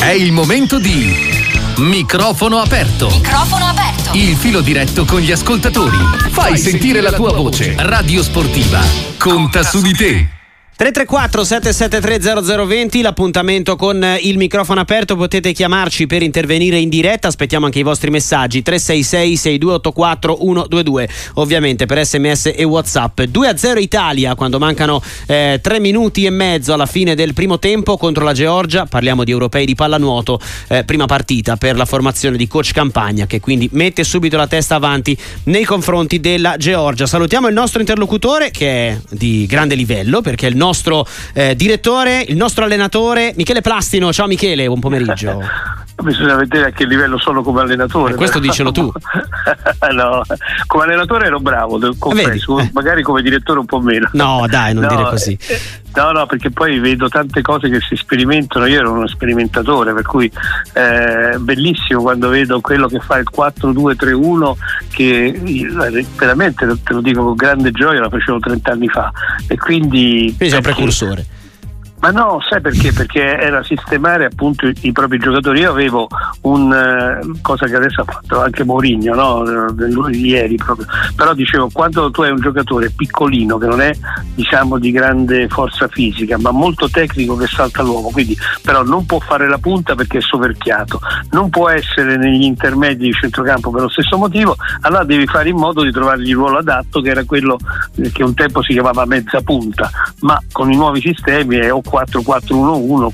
È il momento di Microfono aperto. Microfono aperto. Il filo diretto con gli ascoltatori. Fai sentire la tua voce. Radio Sportiva conta su di te. 334 773 0020, l'appuntamento con il microfono aperto. Potete chiamarci per intervenire in diretta, aspettiamo anche i vostri messaggi 366 6284 122, ovviamente per SMS e WhatsApp. 2-0 Italia quando mancano 3 minuti e mezzo alla fine del primo tempo contro la Georgia. Parliamo di europei di pallanuoto, prima partita per la formazione di coach Campagna, che quindi mette subito la testa avanti nei confronti della Georgia. Salutiamo il nostro interlocutore, che è di grande livello, perché è il nostro direttore, il nostro allenatore, Michele Plastino. Ciao Michele, buon pomeriggio. Bisogna vedere a che livello sono come allenatore. Questo dicelo tu. No, come allenatore ero bravo, confesso. Magari come direttore un po' meno. No dai, non dire così. No, perché poi vedo tante cose che si sperimentano. Io ero uno sperimentatore, per cui bellissimo quando vedo quello che fa il 4-2-3-1, che veramente te lo dico con grande gioia, lo facevo 30 anni fa, e quindi sei un precursore. Ma no, sai perché? Perché era sistemare appunto i propri giocatori. Io avevo cosa che adesso ha fatto anche Mourinho, no? Ieri proprio. Però dicevo, quando tu hai un giocatore piccolino che non è, diciamo, di grande forza fisica, ma molto tecnico, che salta l'uomo, quindi però non può fare la punta perché è soverchiato, non può essere negli intermedi di centrocampo per lo stesso motivo, allora devi fare in modo di trovargli il ruolo adatto, che era quello che un tempo si chiamava mezza punta, ma con i nuovi sistemi è o 4-4-1-1,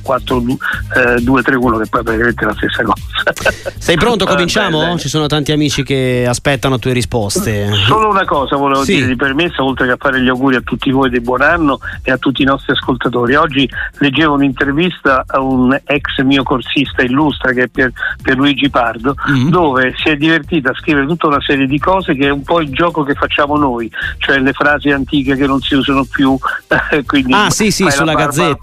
4-2-3-1, che poi praticamente è la stessa cosa. Sei pronto? Cominciamo? Ci sono tanti amici che aspettano tue risposte. Solo una cosa volevo dire di permesso, oltre che a fare gli auguri a tutti voi di buon anno e a tutti i nostri ascoltatori. Oggi leggevo un'intervista a un ex mio corsista illustre, che è Pierluigi Pardo, dove si è divertito a scrivere tutta una serie di cose che è un po' il gioco che facciamo noi, cioè le frasi antiche che non si usano più. Quindi sulla Gazzetta.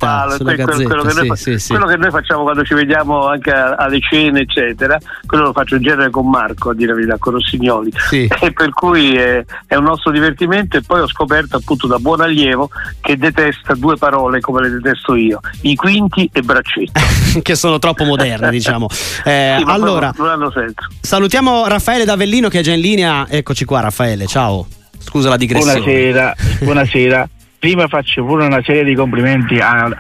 Quello che noi facciamo quando ci vediamo anche alle cene eccetera, quello lo faccio in genere con Marco, a dire la verità, con Rossignoli, e per cui è un nostro divertimento. E poi ho scoperto appunto da buon allievo che detesta due parole come le detesto io: i quinti e braccetto che sono troppo moderne, diciamo. Allora non hanno senso. Salutiamo Raffaele d'Avellino che è già in linea. Eccoci qua Raffaele, ciao, scusa la digressione. Buonasera. Prima faccio pure una serie di complimenti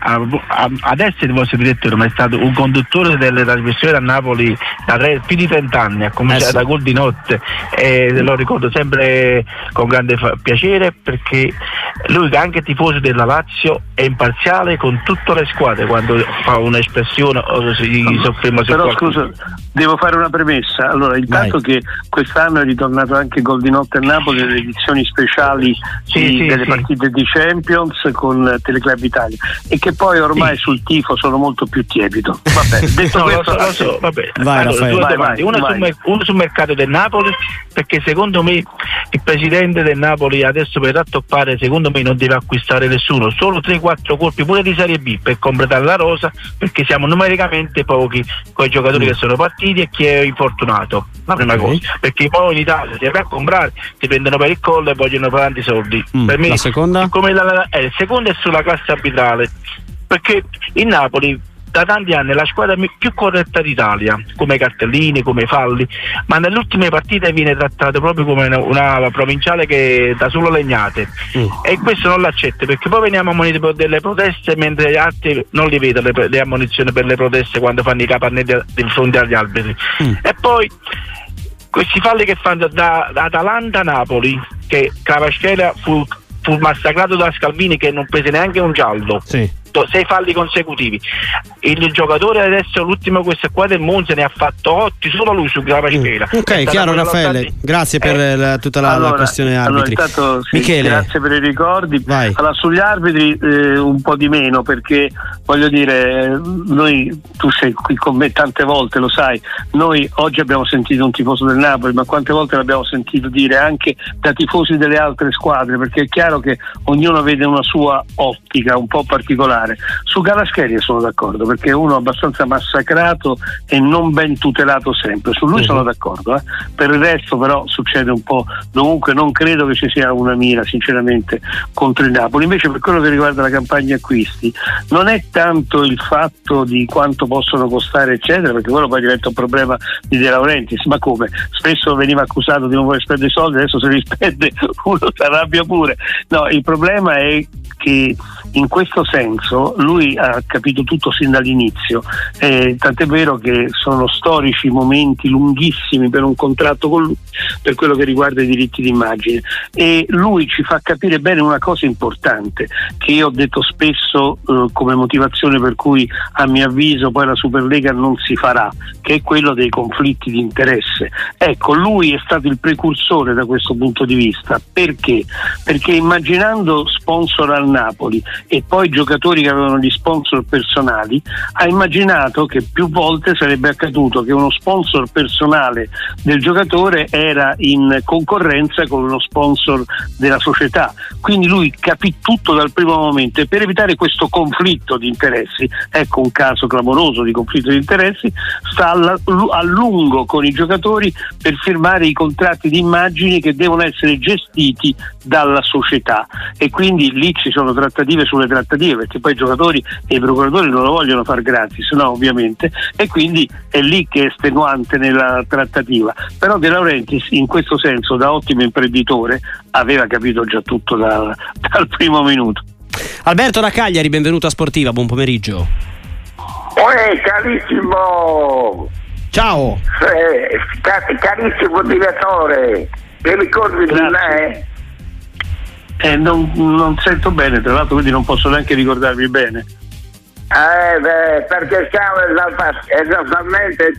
ad essere il vostro direttore, ma è stato un conduttore delle trasmissioni a Napoli da più di 30 anni, a cominciare da Gol di Notte, e lo ricordo sempre con grande piacere, perché lui, anche tifoso della Lazio, è imparziale con tutte le squadre quando fa un'espressione o si sofferma su qualcosa. Scusa, devo fare una premessa. Allora, intanto che quest'anno è ritornato anche Gol di Notte a Napoli, le edizioni speciali delle partite di Champions con Teleclub Italia, e che poi ormai sul tifo sono molto più tiepido. Vabbè, detto questo, vabbè. Vai, allora, vai. Uno sul mercato del Napoli, perché secondo me il presidente del Napoli adesso per rattoppare, secondo me non deve acquistare nessuno, solo 3-4 colpi pure di Serie B per completare la rosa, perché siamo numericamente pochi con i giocatori che sono partiti e chi è infortunato, la prima cosa, perché poi in Italia si va a comprare, ti prendono per il collo e vogliono fare tanti soldi. Per me la seconda? Il secondo è sulla classe arbitrale, perché il Napoli da tanti anni è la squadra più corretta d'Italia, come cartellini, come falli, ma nelle ultime partite viene trattato proprio come una provinciale che dà solo legnate, e questo non l'accetta, perché poi veniamo ammoniti per delle proteste, mentre gli altri non li vedono le ammonizioni per le proteste quando fanno i capannelli di fronte agli arbitri. E poi questi falli che fanno da Atalanta a Napoli, che Kvaratskhelia fu massacrato da Scalvini, che non prese neanche un giallo, 6 falli consecutivi. Il giocatore adesso, l'ultimo, questo qua del Monza, ne ha fatto 8 solo lui su Kvaratskhelia. Ok, chiaro Raffaele, grazie per tutta la questione arbitri. Michele, grazie per i ricordi. Vai. Allora, sugli arbitri un po' di meno, perché voglio dire, tu sei qui con me tante volte, lo sai, noi oggi abbiamo sentito un tifoso del Napoli, ma quante volte l'abbiamo sentito dire anche da tifosi delle altre squadre, perché è chiaro che ognuno vede una sua ottica un po' particolare. titolare. Su Kvaratskhelia sono d'accordo, perché è uno abbastanza massacrato e non ben tutelato sempre. Su lui sono d'accordo. Per il resto però succede un po' dovunque, non credo che ci sia una mira sinceramente contro il Napoli. Invece per quello che riguarda la campagna acquisti non è tanto il fatto di quanto possono costare eccetera, perché quello poi diventa un problema di De Laurentiis. Ma come? Spesso veniva accusato di non voler spendere i soldi, adesso se li spende uno si arrabbia pure. No, il problema è che in questo senso lui ha capito tutto sin dall'inizio, tant'è vero che sono storici momenti lunghissimi per un contratto con lui per quello che riguarda i diritti d'immagine, e lui ci fa capire bene una cosa importante che io ho detto spesso come motivazione per cui a mio avviso poi la Superlega non si farà, che è quello dei conflitti di interesse. Ecco, lui è stato il precursore da questo punto di vista. Perché? Perché immaginando sponsor al Napoli e poi giocatori che avevano gli sponsor personali, ha immaginato che più volte sarebbe accaduto che uno sponsor personale del giocatore era in concorrenza con uno sponsor della società. Quindi lui capì tutto dal primo momento, e per evitare questo conflitto di interessi, ecco un caso clamoroso di conflitto di interessi, sta a lungo con i giocatori per firmare i contratti di immagini che devono essere gestiti dalla società, e quindi lì ci sono trattative sulle trattative, perché poi i giocatori e i procuratori non lo vogliono far gratis, no, ovviamente, e quindi è lì che è estenuante nella trattativa. Però De Laurentiis in questo senso, da ottimo imprenditore, aveva capito già tutto dal primo minuto. Alberto da Cagliari, benvenuto a Sportiva, buon pomeriggio. Carissimo, ciao. Carissimo direttore, ti ricordi di me? Non sento bene, tra l'altro, quindi non posso neanche ricordarmi bene. Perché siamo esattamente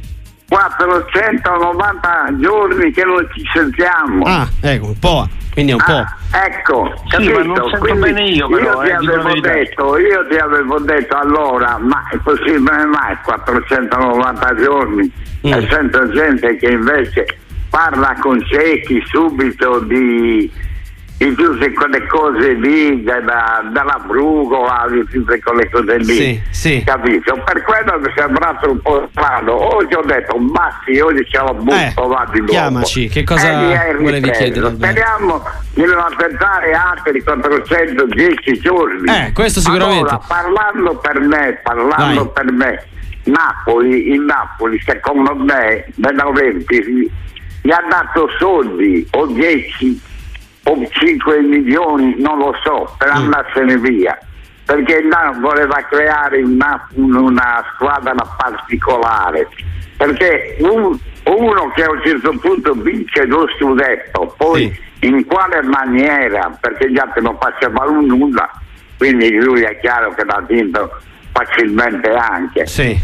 490 giorni che non ci sentiamo. Ah, ecco, un po', quindi è un po'. Ecco, sì, ma non sento bene io, però. Io ti avevo detto allora, ma è possibile mai 490 giorni? E sento gente che invece parla con ciechi subito di tutte quelle cose lì, dalla brugola, di tutte quelle cose lì, sì. Capito? Per quello mi è sembrato un po' strano. Oggi ho detto basti, oggi ce lo butto, va di nuovo. Chiamaci, che cosa volevi chiedere? Speriamo di non aspettare altri 410 giorni. Questo sicuramente. Allora, parlando per me, il Napoli secondo me De Laurentiis gli ha dato soldi o 10 o 5 milioni, non lo so, per andarsene via, perché voleva creare una squadra particolare, perché uno che a un certo punto vince lo scudetto, poi in quale maniera, perché gli altri non facevano nulla, quindi lui è chiaro che l'ha vinto facilmente anche,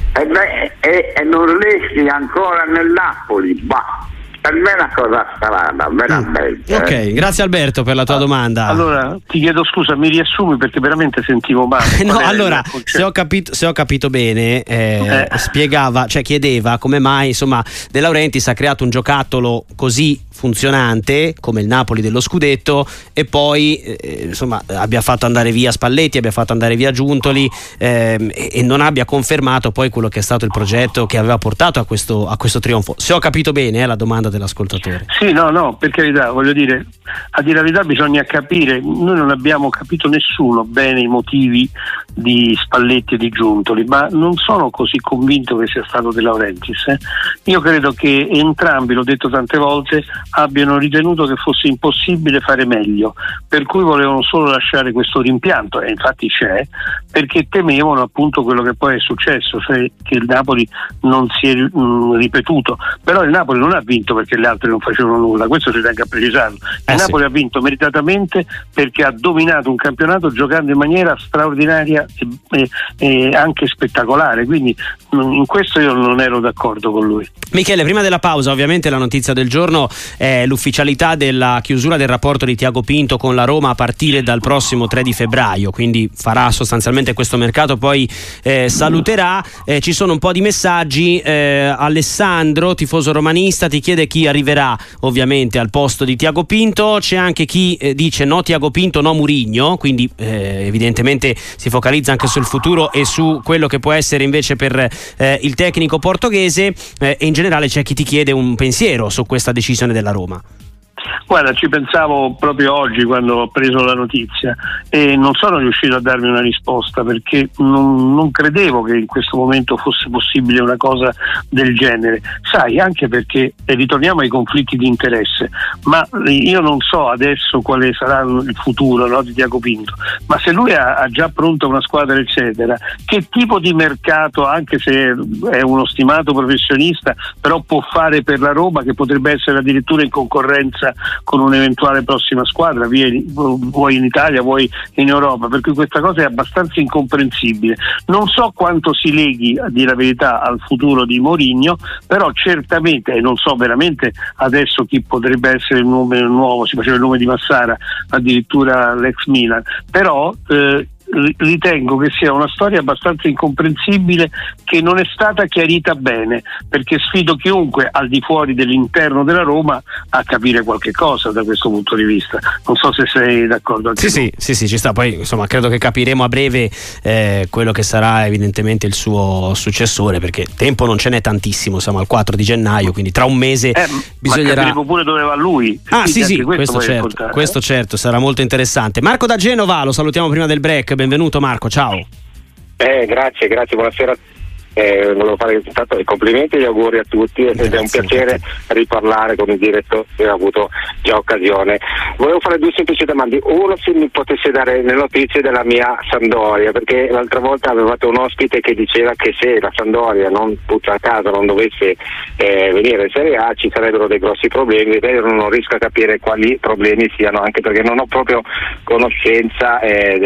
e non resti ancora nel Napoli, per me è una cosa strana, veramente. Ok, grazie Alberto per la tua domanda. Allora ti chiedo scusa, mi riassumi perché veramente sentivo male. No, allora se ho capito bene, spiegava, cioè chiedeva come mai insomma De Laurentiis ha creato un giocattolo così funzionante come il Napoli dello scudetto, e poi insomma abbia fatto andare via Spalletti, abbia fatto andare via Giuntoli, e non abbia confermato poi quello che è stato il progetto che aveva portato a questo trionfo. Se ho capito bene la domanda dell'ascoltatore. Sì, no, per carità, voglio dire, a dire la verità bisogna capire, noi non abbiamo capito nessuno bene i motivi di Spalletti e di Giuntoli, ma non sono così convinto che sia stato De Laurentiis. Io credo che entrambi, l'ho detto tante volte, abbiano ritenuto che fosse impossibile fare meglio, per cui volevano solo lasciare questo rimpianto, e infatti c'è, perché temevano appunto quello che poi è successo, cioè che il Napoli non si è ripetuto. Però il Napoli non ha vinto perché gli altri non facevano nulla, questo ci tengo a precisarlo. Il Napoli ha vinto meritatamente perché ha dominato un campionato giocando in maniera straordinaria e anche spettacolare, quindi in questo io non ero d'accordo con lui. Michele, prima della pausa, ovviamente la notizia del giorno è l'ufficialità della chiusura del rapporto di Tiago Pinto con la Roma a partire dal prossimo 3 di febbraio, quindi farà sostanzialmente questo mercato, poi saluterà. Ci sono un po' di messaggi. Alessandro, tifoso romanista, ti chiede chi arriverà ovviamente al posto di Tiago Pinto. C'è anche chi dice no Tiago Pinto, no Mourinho, quindi evidentemente si focalizza focalizza anche sul futuro e su quello che può essere invece per il tecnico portoghese, e in generale c'è chi ti chiede un pensiero su questa decisione della Roma. Guarda, ci pensavo proprio oggi quando ho preso la notizia e non sono riuscito a darmi una risposta, perché non credevo che in questo momento fosse possibile una cosa del genere, sai, anche perché ritorniamo ai conflitti di interesse, ma io non so adesso quale sarà il futuro, no, di Tiago Pinto, ma se lui ha già pronta una squadra eccetera, che tipo di mercato, anche se è uno stimato professionista, però può fare per la Roma, che potrebbe essere addirittura in concorrenza con un'eventuale prossima squadra, vuoi in Italia, vuoi in Europa, per cui questa cosa è abbastanza incomprensibile. Non so quanto si leghi, a dire la verità, al futuro di Mourinho, però certamente, e non so veramente adesso chi potrebbe essere il nome nuovo, si faceva il nome di Massara, addirittura l'ex Milan, però ritengo che sia una storia abbastanza incomprensibile, che non è stata chiarita bene, perché sfido chiunque al di fuori dell'interno della Roma a capire qualche cosa da questo punto di vista. Non so se sei d'accordo anche sì, ci sta. Poi insomma credo che capiremo a breve quello che sarà evidentemente il suo successore, perché tempo non ce n'è tantissimo, siamo al 4 di gennaio, quindi tra un mese bisognerà. Ma capiremo pure dove va lui. Sì, questo certo sarà molto interessante. Marco da Genova, lo salutiamo prima del break. Benvenuto Marco, ciao. Grazie, buonasera. Volevo fare intanto i complimenti e gli auguri a tutti, ed è un piacere riparlare con il direttore, che ho avuto già occasione. Volevo fare due semplici domande. Uno, se mi potesse dare le notizie della mia Sampdoria, perché l'altra volta avevate un ospite che diceva che se la Sampdoria non puzza a casa, non dovesse venire in Serie A, ci sarebbero dei grossi problemi. Io non riesco a capire quali problemi siano, anche perché non ho proprio conoscenza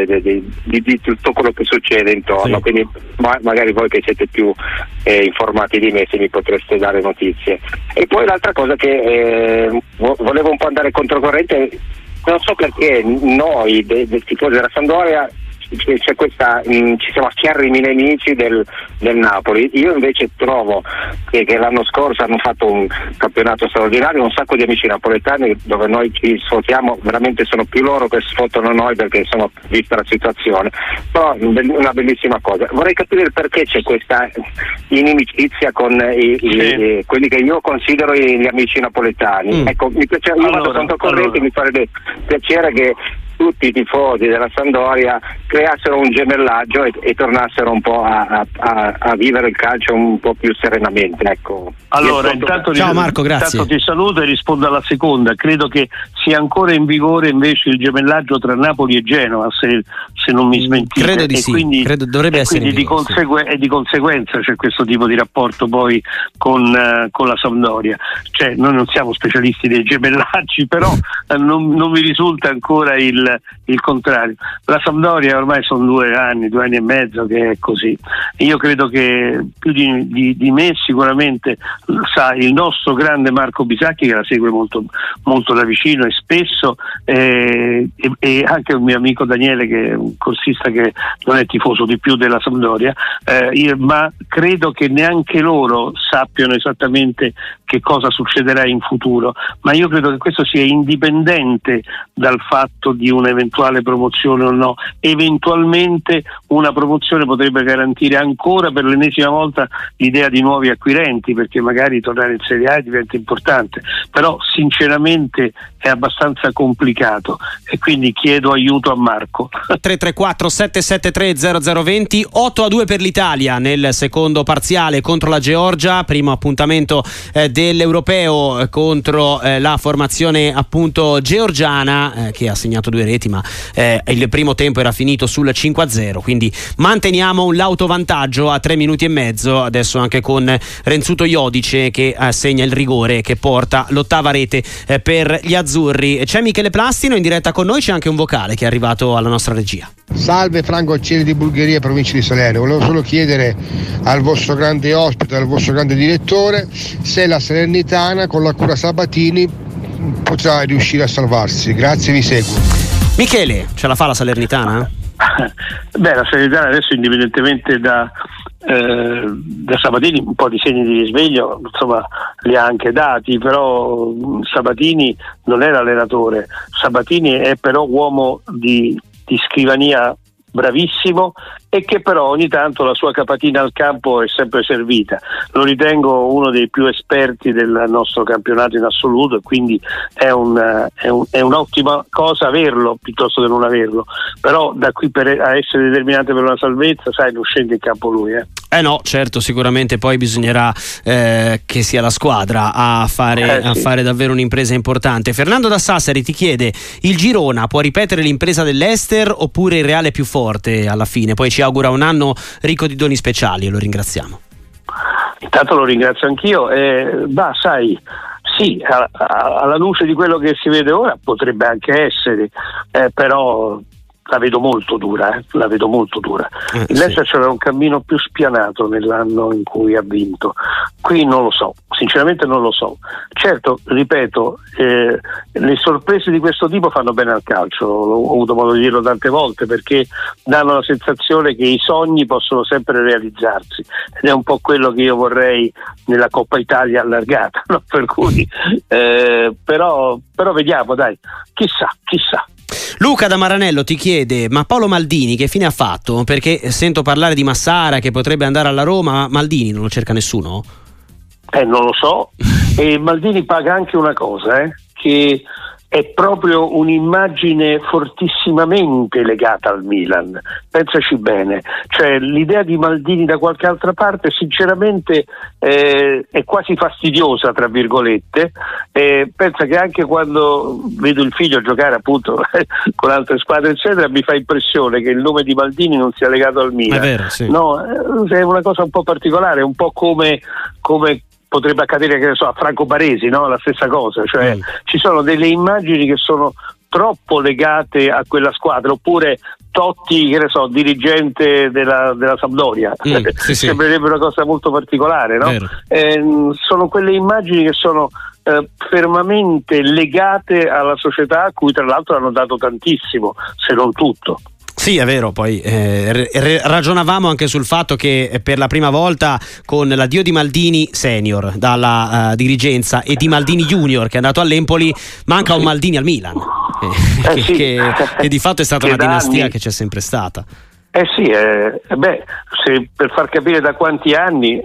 di tutto quello che succede intorno, quindi magari voi che siete più informati di me, se mi potreste dare notizie. E poi l'altra cosa che volevo un po' andare controcorrente, non so perché noi dei tifosi della Sampdoria c'è questa, ci siamo accerrimi nemici del Napoli. Io invece trovo che l'anno scorso hanno fatto un campionato straordinario, un sacco di amici napoletani dove noi ci sfotiamo, veramente sono più loro che sfotano noi, perché insomma, vista la situazione, però una bellissima cosa. Vorrei capire perché c'è questa inimicizia con quelli che io considero gli amici napoletani. Ecco, mi piace, io vado controcorrente, mi farebbe piacere che tutti i tifosi della Sampdoria creassero un gemellaggio e tornassero un po' a vivere il calcio un po' più serenamente. Ecco. Allora, ciao Marco, grazie. Intanto ti saluto e rispondo alla seconda. Credo che sia ancora in vigore invece il gemellaggio tra Napoli e Genova, se non mi smentite. Credo di sì, credo dovrebbe essere. Quindi di conseguenza c'è questo tipo di rapporto poi con la Sampdoria. Cioè, noi non siamo specialisti dei gemellaggi, però non mi risulta ancora il contrario. La Sampdoria ormai sono 2 anni e mezzo che è così. Io credo che più di me sicuramente sa il nostro grande Marco Bisacchi, che la segue molto, molto da vicino e spesso, e anche un mio amico Daniele, che è un corsista che non è tifoso di più della Sampdoria, ma credo che neanche loro sappiano esattamente che cosa succederà in futuro, ma io credo che questo sia indipendente dal fatto di un'eventuale promozione o no. Eventualmente una promozione potrebbe garantire ancora per l'ennesima volta l'idea di nuovi acquirenti, perché magari tornare in Serie A diventa importante, però sinceramente è abbastanza complicato e quindi chiedo aiuto a Marco. 334 773 0020. 8-2 per l'Italia nel secondo parziale contro la Georgia, primo appuntamento dell'Europeo contro la formazione appunto georgiana, che ha segnato 2 reti, ma il primo tempo era finito sul 5-0, quindi manteniamo un lauto vantaggio a 3 minuti e mezzo adesso, anche con Renzuto Iodice che segna il rigore che porta l'8ª rete per gli azzurri. C'è Michele Plastino in diretta con noi, c'è anche un vocale che è arrivato alla nostra regia. Salve, Franco Cieli di Bulgaria, provincia di Salerno. Volevo solo chiedere al vostro grande ospite, al vostro grande direttore, se la Salernitana con la cura Sabatini potrà riuscire a salvarsi. Grazie, vi seguo. Michele, ce la fa la Salernitana? La Salernitana adesso, indipendentemente da Sabatini, un po' di segni di risveglio insomma li ha anche dati, però Sabatini non è l'allenatore, Sabatini è però uomo di scrivania bravissimo, e che però ogni tanto la sua capatina al campo è sempre servita. Lo ritengo uno dei più esperti del nostro campionato in assoluto, e quindi è un'ottima cosa averlo piuttosto che non averlo, però da qui a essere determinante per una salvezza, sai, non scende in campo lui. No, certo, sicuramente poi bisognerà che sia la squadra a fare davvero un'impresa importante. Fernando da Sassari ti chiede: il Girona può ripetere l'impresa dell'Ester oppure il Reale è più forte alla fine? Poi ci augura un anno ricco di doni speciali e lo ringraziamo. Intanto lo ringrazio anch'io. Sai, sì, alla luce di quello che si vede ora potrebbe anche essere, però la vedo molto dura. Il Leicester c'era un cammino più spianato nell'anno in cui ha vinto. Qui non lo so, sinceramente non lo so. Certo, ripeto, le sorprese di questo tipo fanno bene al calcio, ho avuto modo di dirlo tante volte, perché danno la sensazione che i sogni possono sempre realizzarsi, ed è un po' quello che io vorrei nella Coppa Italia allargata, no? Per cui però vediamo, dai, chissà. Luca da Maranello ti chiede: ma Paolo Maldini che fine ha fatto? Perché sento parlare di Massara che potrebbe andare alla Roma, ma Maldini non lo cerca nessuno? Non lo so. E Maldini paga anche una cosa, che è proprio un'immagine fortissimamente legata al Milan. Pensaci bene, cioè l'idea di Maldini da qualche altra parte sinceramente è quasi fastidiosa, tra virgolette. Pensa che anche quando vedo il figlio giocare appunto con altre squadre eccetera, mi fa impressione che il nome di Maldini non sia legato al Milan. È vero, sì. No, è una cosa un po' particolare, un po' come potrebbe accadere, che ne so, a Franco Baresi, no? La stessa cosa, cioè ci sono delle immagini che sono troppo legate a quella squadra, oppure Totti, che ne so, dirigente della Sampdoria, sembrerebbe una cosa molto particolare, no? Sono quelle immagini che sono fermamente legate alla società, a cui tra l'altro hanno dato tantissimo, se non tutto. Sì, è vero, poi ragionavamo anche sul fatto che per la prima volta, con l'addio di Maldini senior dalla dirigenza e di Maldini junior che è andato all'Empoli, manca un Maldini al Milan, che di fatto è stata una dinastia che c'è sempre stata. Se per far capire da quanti anni,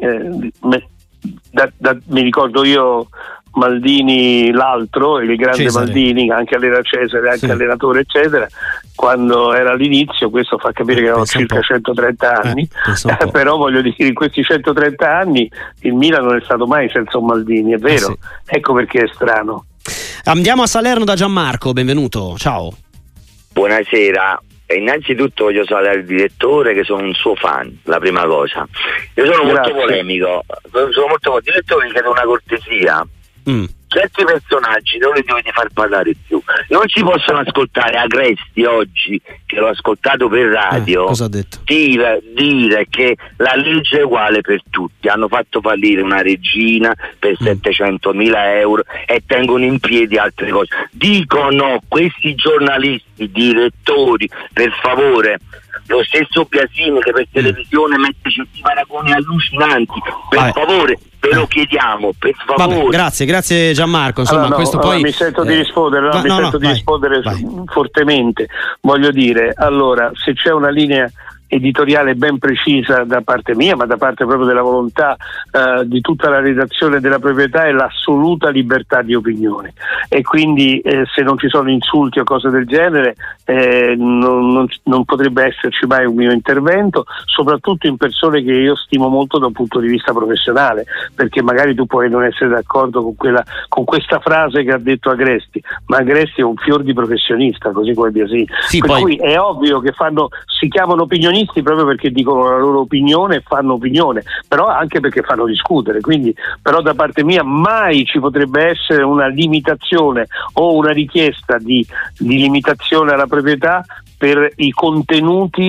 mi ricordo io Maldini l'altro, il grande Cesare. Maldini, anche allenatore Cesare, anche allenatore eccetera, quando era all'inizio, questo fa capire che erano circa 130 anni, però voglio dire, in questi 130 anni il Milan non è stato mai senza un Maldini, è vero, ecco perché è strano. Andiamo a Salerno da Gianmarco, benvenuto, ciao. Buonasera. Innanzitutto voglio salutare il direttore, che sono un suo fan, la prima cosa. Io sono molto polemico, direttore, vi chiedo una cortesia. Certi personaggi non li dovete far parlare più. Non si possono ascoltare Agresti oggi, che l'ho ascoltato per radio, cosa ha detto? Dire che la legge è uguale per tutti. Hanno fatto fallire una regina per 700.000 euro e tengono in piedi altre cose. Dicono questi giornalisti, direttori, per favore, lo stesso Biasini che per televisione mette certi paragoni allucinanti, per favore, ve lo chiediamo, per favore. Grazie Gianmarco, insomma, questo poi mi sento di rispondere, rispondere fortemente. Voglio dire, allora, se c'è una linea editoriale ben precisa da parte mia, ma da parte proprio della volontà di tutta la redazione della Proprietà, è l'assoluta libertà di opinione, e quindi se non ci sono insulti o cose del genere non potrebbe esserci mai un mio intervento, soprattutto in persone che io stimo molto da un punto di vista professionale, perché magari tu puoi non essere d'accordo con questa frase che ha detto Agresti, ma Agresti è un fior di professionista, così come Biasini, cui è ovvio che si chiamano opinionisti proprio perché dicono la loro opinione e fanno opinione, però anche perché fanno discutere. Quindi, però, da parte mia mai ci potrebbe essere una limitazione o una richiesta di limitazione alla proprietà per i contenuti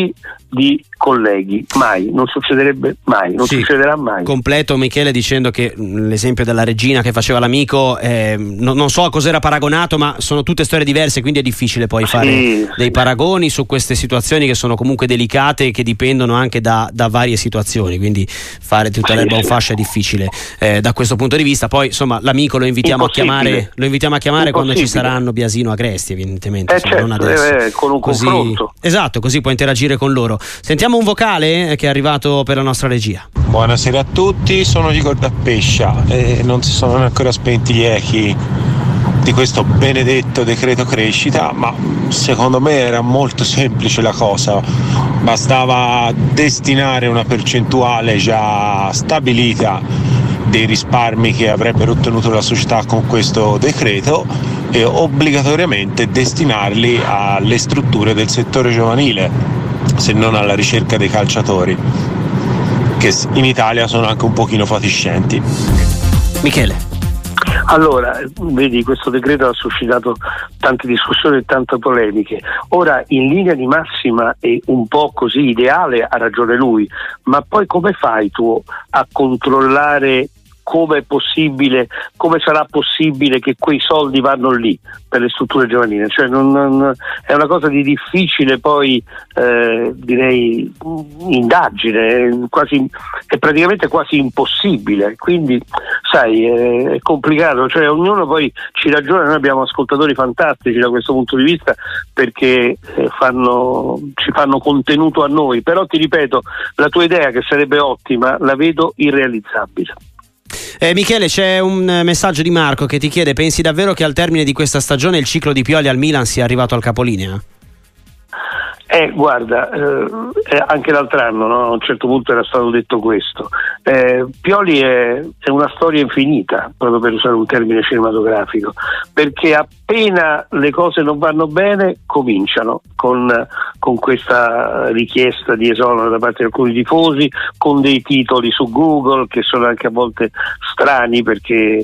di colleghi, mai, non succederebbe mai, non succederà mai. Completo Michele dicendo che l'esempio della regina che faceva l'amico, non so a cos'era paragonato, ma sono tutte storie diverse, quindi è difficile poi fare dei paragoni su queste situazioni che sono comunque delicate e che dipendono anche da varie situazioni, quindi fare tutta l'erba un fascio è difficile da questo punto di vista. Poi insomma l'amico lo invitiamo a chiamare quando ci saranno Biasino Agresti, evidentemente, non adesso. Con un confronto. Esatto, così può interagire con loro. Sentiamo un vocale che è arrivato per la nostra regia. Buonasera a tutti, sono Igor da Pescia e non si sono ancora spenti gli echi di questo benedetto decreto crescita, ma secondo me era molto semplice la cosa, bastava destinare una percentuale già stabilita dei risparmi che avrebbero ottenuto la società con questo decreto e obbligatoriamente destinarli alle strutture del settore giovanile, se non alla ricerca dei calciatori, che in Italia sono anche un pochino fatiscenti. Michele. Allora, vedi, questo decreto ha suscitato tante discussioni e tante polemiche. Ora, in linea di massima è un po' così ideale, ha ragione lui, ma poi come fai tu a controllare come è possibile, come sarà possibile che quei soldi vanno lì per le strutture giovanili? Cioè è una cosa di difficile poi direi indagine, è praticamente quasi impossibile, quindi sai, è complicato, cioè ognuno poi ci ragiona. Noi abbiamo ascoltatori fantastici da questo punto di vista perché ci fanno contenuto a noi, però ti ripeto, la tua idea che sarebbe ottima la vedo irrealizzabile. Michele, c'è un messaggio di Marco che ti chiede: pensi davvero che al termine di questa stagione il ciclo di Pioli al Milan sia arrivato al capolinea? Guarda, anche l'altro anno, no? A un certo punto era stato detto questo. Pioli è una storia infinita, proprio per usare un termine cinematografico, perché appena le cose non vanno bene cominciano con questa richiesta di esonero da parte di alcuni tifosi, con dei titoli su Google che sono anche a volte strani, perché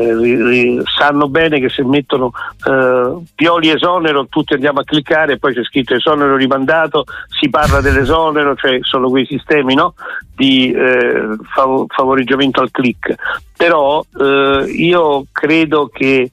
sanno bene che se mettono Pioli esonero tutti andiamo a cliccare e poi c'è scritto esonero rimandato, si parla dell'esonero, cioè sono quei sistemi, no? Di favoreggiamento al click. Però io credo che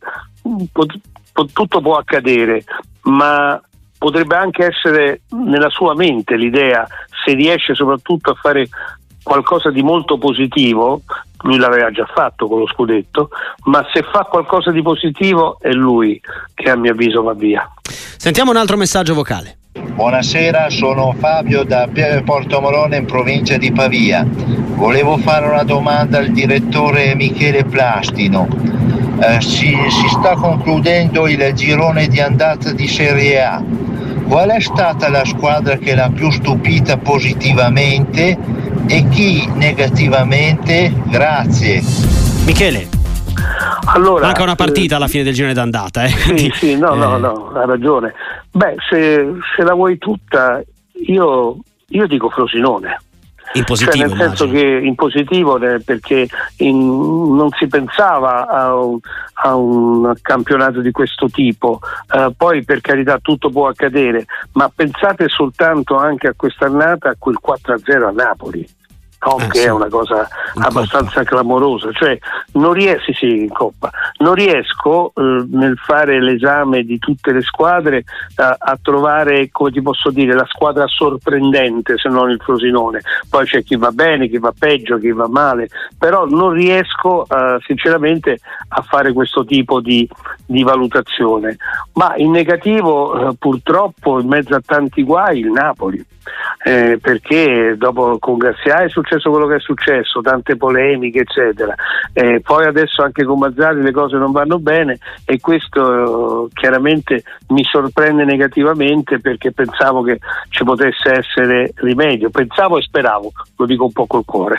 tutto può accadere, ma potrebbe anche essere nella sua mente l'idea, se riesce soprattutto a fare qualcosa di molto positivo. Lui l'aveva già fatto con lo scudetto, ma se fa qualcosa di positivo è lui che a mio avviso va via. Sentiamo un altro messaggio vocale. Buonasera, sono Fabio da Porto Morone in provincia di Pavia. Volevo fare una domanda al direttore Michele Plastino. Si sta concludendo il girone di andata di Serie A. Qual è stata la squadra che l'ha più stupita positivamente e chi negativamente? Grazie. Michele. Allora, manca una partita alla fine del girone d'andata. Sì, no, ha ragione. Beh, se la vuoi tutta, io dico Frosinone. In positivo, cioè, nel senso che in positivo, perché non si pensava a un campionato di questo tipo, poi per carità tutto può accadere, ma pensate soltanto anche a quest'annata, a quel 4-0 a Napoli. Che è una cosa abbastanza clamorosa, cioè non riesco in Coppa, non riesco nel fare l'esame di tutte le squadre a trovare, come ti posso dire, la squadra sorprendente, se non il Frosinone. Poi c'è chi va bene, chi va peggio, chi va male, però non riesco sinceramente a fare questo tipo di valutazione. Ma in negativo purtroppo, in mezzo a tanti guai, il Napoli. Perché dopo con Garcia è successo quello che è successo, tante polemiche eccetera, poi adesso anche con Mazzarri le cose non vanno bene e questo chiaramente mi sorprende negativamente, perché pensavo che ci potesse essere rimedio, pensavo e speravo, lo dico un po' col cuore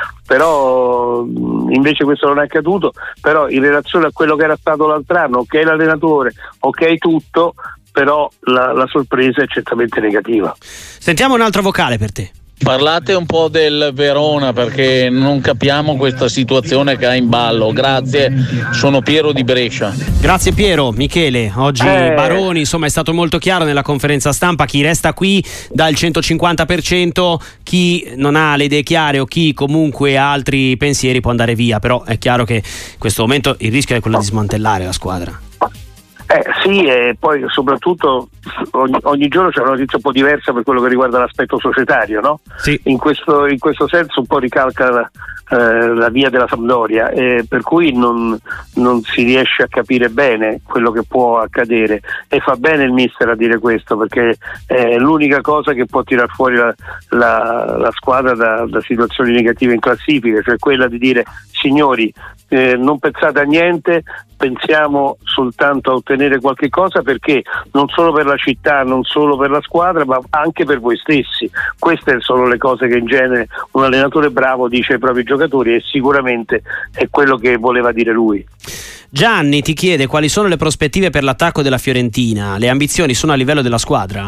però invece questo non è accaduto. Però in relazione a quello che era stato l'altro anno, ok l'allenatore, ok tutto, però la sorpresa è certamente negativa. Sentiamo un altro vocale per te. Parlate un po' del Verona perché non capiamo questa situazione che ha in ballo. Grazie, sono Piero di Brescia. Grazie Piero. Michele, oggi Baroni insomma è stato molto chiaro nella conferenza stampa, chi resta qui dà il 150%, chi non ha le idee chiare o chi comunque ha altri pensieri può andare via, però è chiaro che in questo momento il rischio è quello di smantellare la squadra. Sì, e poi soprattutto ogni giorno c'è una notizia un po' diversa per quello che riguarda l'aspetto societario, no? Sì. In questo senso un po' ricalca la via della Sampdoria, per cui non si riesce a capire bene quello che può accadere, e fa bene il mister a dire questo, perché è l'unica cosa che può tirar fuori la squadra da situazioni negative in classifica, cioè quella di dire: signori, non pensate a niente, pensiamo soltanto a ottenere qualche cosa, perché non solo per la città, non solo per la squadra, ma anche per voi stessi. Queste sono le cose che in genere un allenatore bravo dice ai propri giocatori, e sicuramente è quello che voleva dire lui. Gianni ti chiede quali sono le prospettive per l'attacco della Fiorentina. Le ambizioni sono a livello della squadra?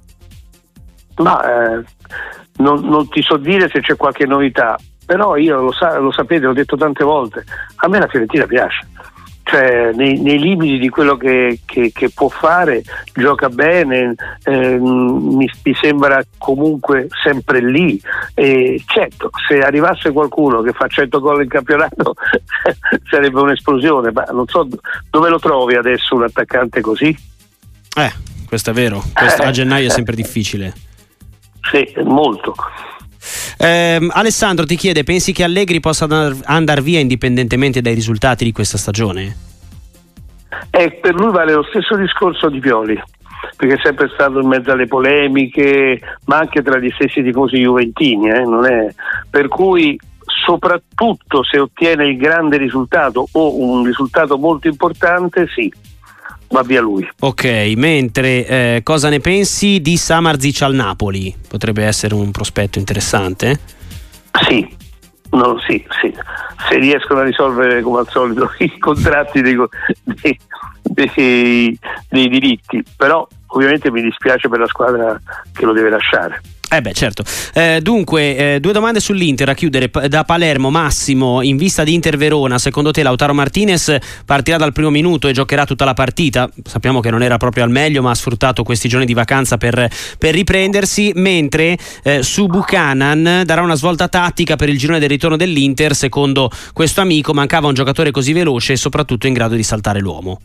Ma non ti so dire se c'è qualche novità, però io lo sapete, l'ho detto tante volte, a me la Fiorentina piace, cioè nei limiti di quello che può fare, gioca bene, mi sembra comunque sempre lì, e certo, se arrivasse qualcuno che fa 100 gol in campionato sarebbe un'esplosione, ma non so dove lo trovi adesso un attaccante così. Questo è vero, questo a gennaio è sempre difficile. Sì, molto. Alessandro ti chiede: pensi che Allegri possa andare via indipendentemente dai risultati di questa stagione? Per lui vale lo stesso discorso di Pioli, perché è sempre stato in mezzo alle polemiche, ma anche tra gli stessi tifosi juventini, non è, per cui soprattutto se ottiene il grande risultato o un risultato molto importante, sì, va via lui. Ok, mentre cosa ne pensi di Samardžić al Napoli? Potrebbe essere un prospetto interessante? Sì, se riescono a risolvere come al solito i contratti dei diritti, però ovviamente mi dispiace per la squadra che lo deve lasciare. Certo. Dunque, due domande sull'Inter a chiudere. Da Palermo, Massimo, in vista di Inter-Verona, secondo te Lautaro Martinez partirà dal primo minuto e giocherà tutta la partita? Sappiamo che non era proprio al meglio, ma ha sfruttato questi giorni di vacanza per riprendersi, mentre su Buchanan darà una svolta tattica per il girone del ritorno dell'Inter. Secondo questo amico mancava un giocatore così veloce e soprattutto in grado di saltare l'uomo.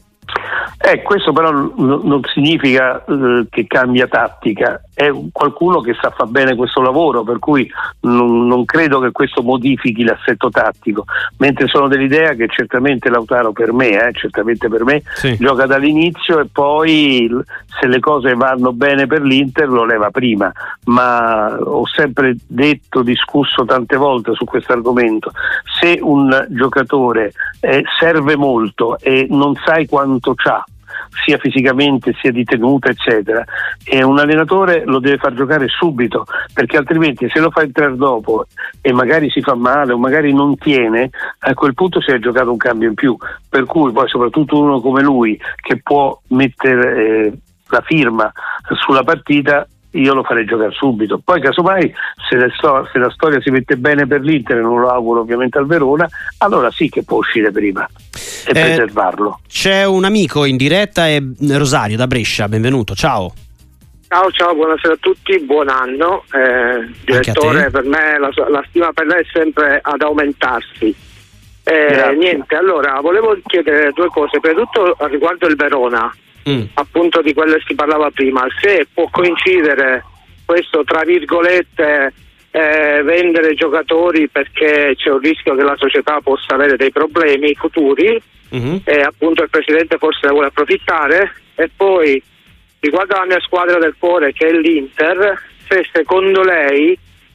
Questo però non significa che cambia tattica, è qualcuno che sa far bene questo lavoro, per cui non credo che questo modifichi l'assetto tattico, mentre sono dell'idea che certamente Lautaro per me sì, gioca dall'inizio, e poi se le cose vanno bene per l'Inter lo leva prima, ma ho sempre discusso tante volte su questo argomento: se un giocatore serve molto e non sai quanto c'ha, sia fisicamente sia di tenuta eccetera, e un allenatore lo deve far giocare subito, perché altrimenti se lo fa entrare dopo e magari si fa male o magari non tiene, a quel punto si è giocato un cambio in più, per cui poi soprattutto uno come lui che può mettere la firma sulla partita, io lo farei giocare subito. Poi casomai se la storia si mette bene per l'Inter, non lo auguro ovviamente al Verona, allora sì che può uscire prima e preservarlo. C'è un amico in diretta, è Rosario da Brescia, benvenuto, ciao. Ciao, buonasera a tutti, buon anno. Direttore, per me la stima per lei è sempre ad aumentarsi. Niente, allora volevo chiedere due cose. Prima di tutto riguardo il Verona, appunto di quello che si parlava prima, se può coincidere questo tra virgolette vendere giocatori perché c'è un rischio che la società possa avere dei problemi futuri, e appunto il presidente forse ne vuole approfittare. E poi riguardo alla mia squadra del cuore che è l'Inter, se secondo lei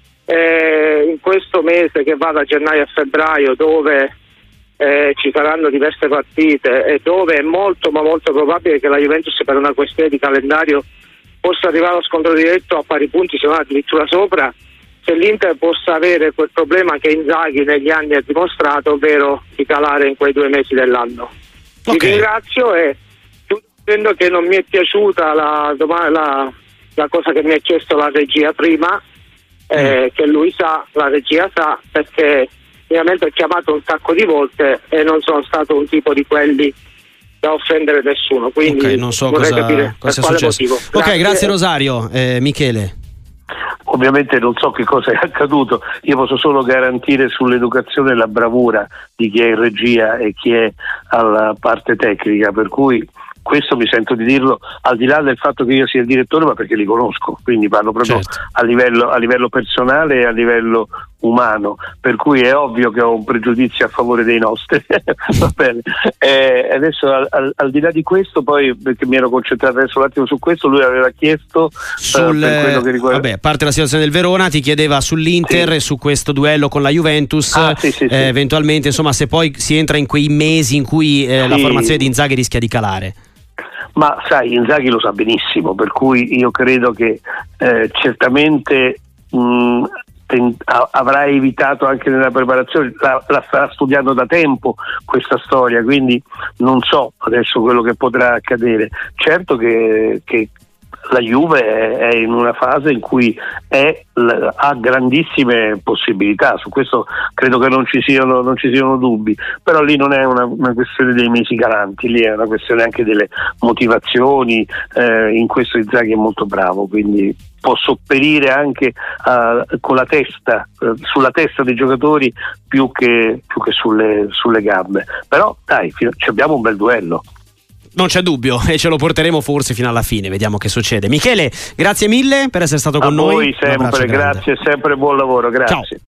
in questo mese che va da gennaio a febbraio, dove ci saranno diverse partite e dove è molto ma molto probabile che la Juventus per una questione di calendario possa arrivare allo scontro diretto a pari punti, se non addirittura sopra, se l'Inter possa avere quel problema che Inzaghi negli anni ha dimostrato, ovvero di calare in quei 2 mesi dell'anno. Ti ringrazio, e chiudendo che non mi è piaciuta la cosa che mi ha chiesto la regia prima, che lui sa, la regia sa, perché ovviamente ho chiamato un sacco di volte e non sono stato un tipo di quelli da offendere nessuno, quindi non so vorrei cosa capire per sia quale successo. motivo. Ok, grazie Rosario. Michele. Ovviamente non so che cosa è accaduto, io posso solo garantire sull'educazione e la bravura di chi è in regia e chi è alla parte tecnica, per cui questo mi sento di dirlo al di là del fatto che io sia il direttore, ma perché li conosco, quindi parlo proprio a livello personale e a livello umano, per cui è ovvio che ho un pregiudizio a favore dei nostri. Va bene. Adesso al di là di questo, poi perché mi ero concentrato adesso un attimo su questo, lui aveva chiesto per quello che riguarda, vabbè, a parte la situazione del Verona, ti chiedeva sull'Inter e su questo duello con la Juventus, eventualmente, insomma, se poi si entra in quei mesi in cui la formazione di Inzaghi rischia di calare. Ma sai, Inzaghi lo sa benissimo, per cui io credo che certamente avrà evitato anche nella preparazione, la sta studiando da tempo questa storia, quindi non so adesso quello che potrà accadere. Certo che la Juve è in una fase in cui ha grandissime possibilità, su questo credo che non ci siano dubbi, però lì non è una questione dei mesi galanti, lì è una questione anche delle motivazioni, in questo Inzaghi è molto bravo, quindi può sopperire anche con la testa, sulla testa dei giocatori più che sulle gambe, però dai, abbiamo un bel duello. Non c'è dubbio, e ce lo porteremo forse fino alla fine, vediamo che succede. Michele, grazie mille per essere stato con noi. A voi sempre, grazie, sempre buon lavoro, grazie. Ciao.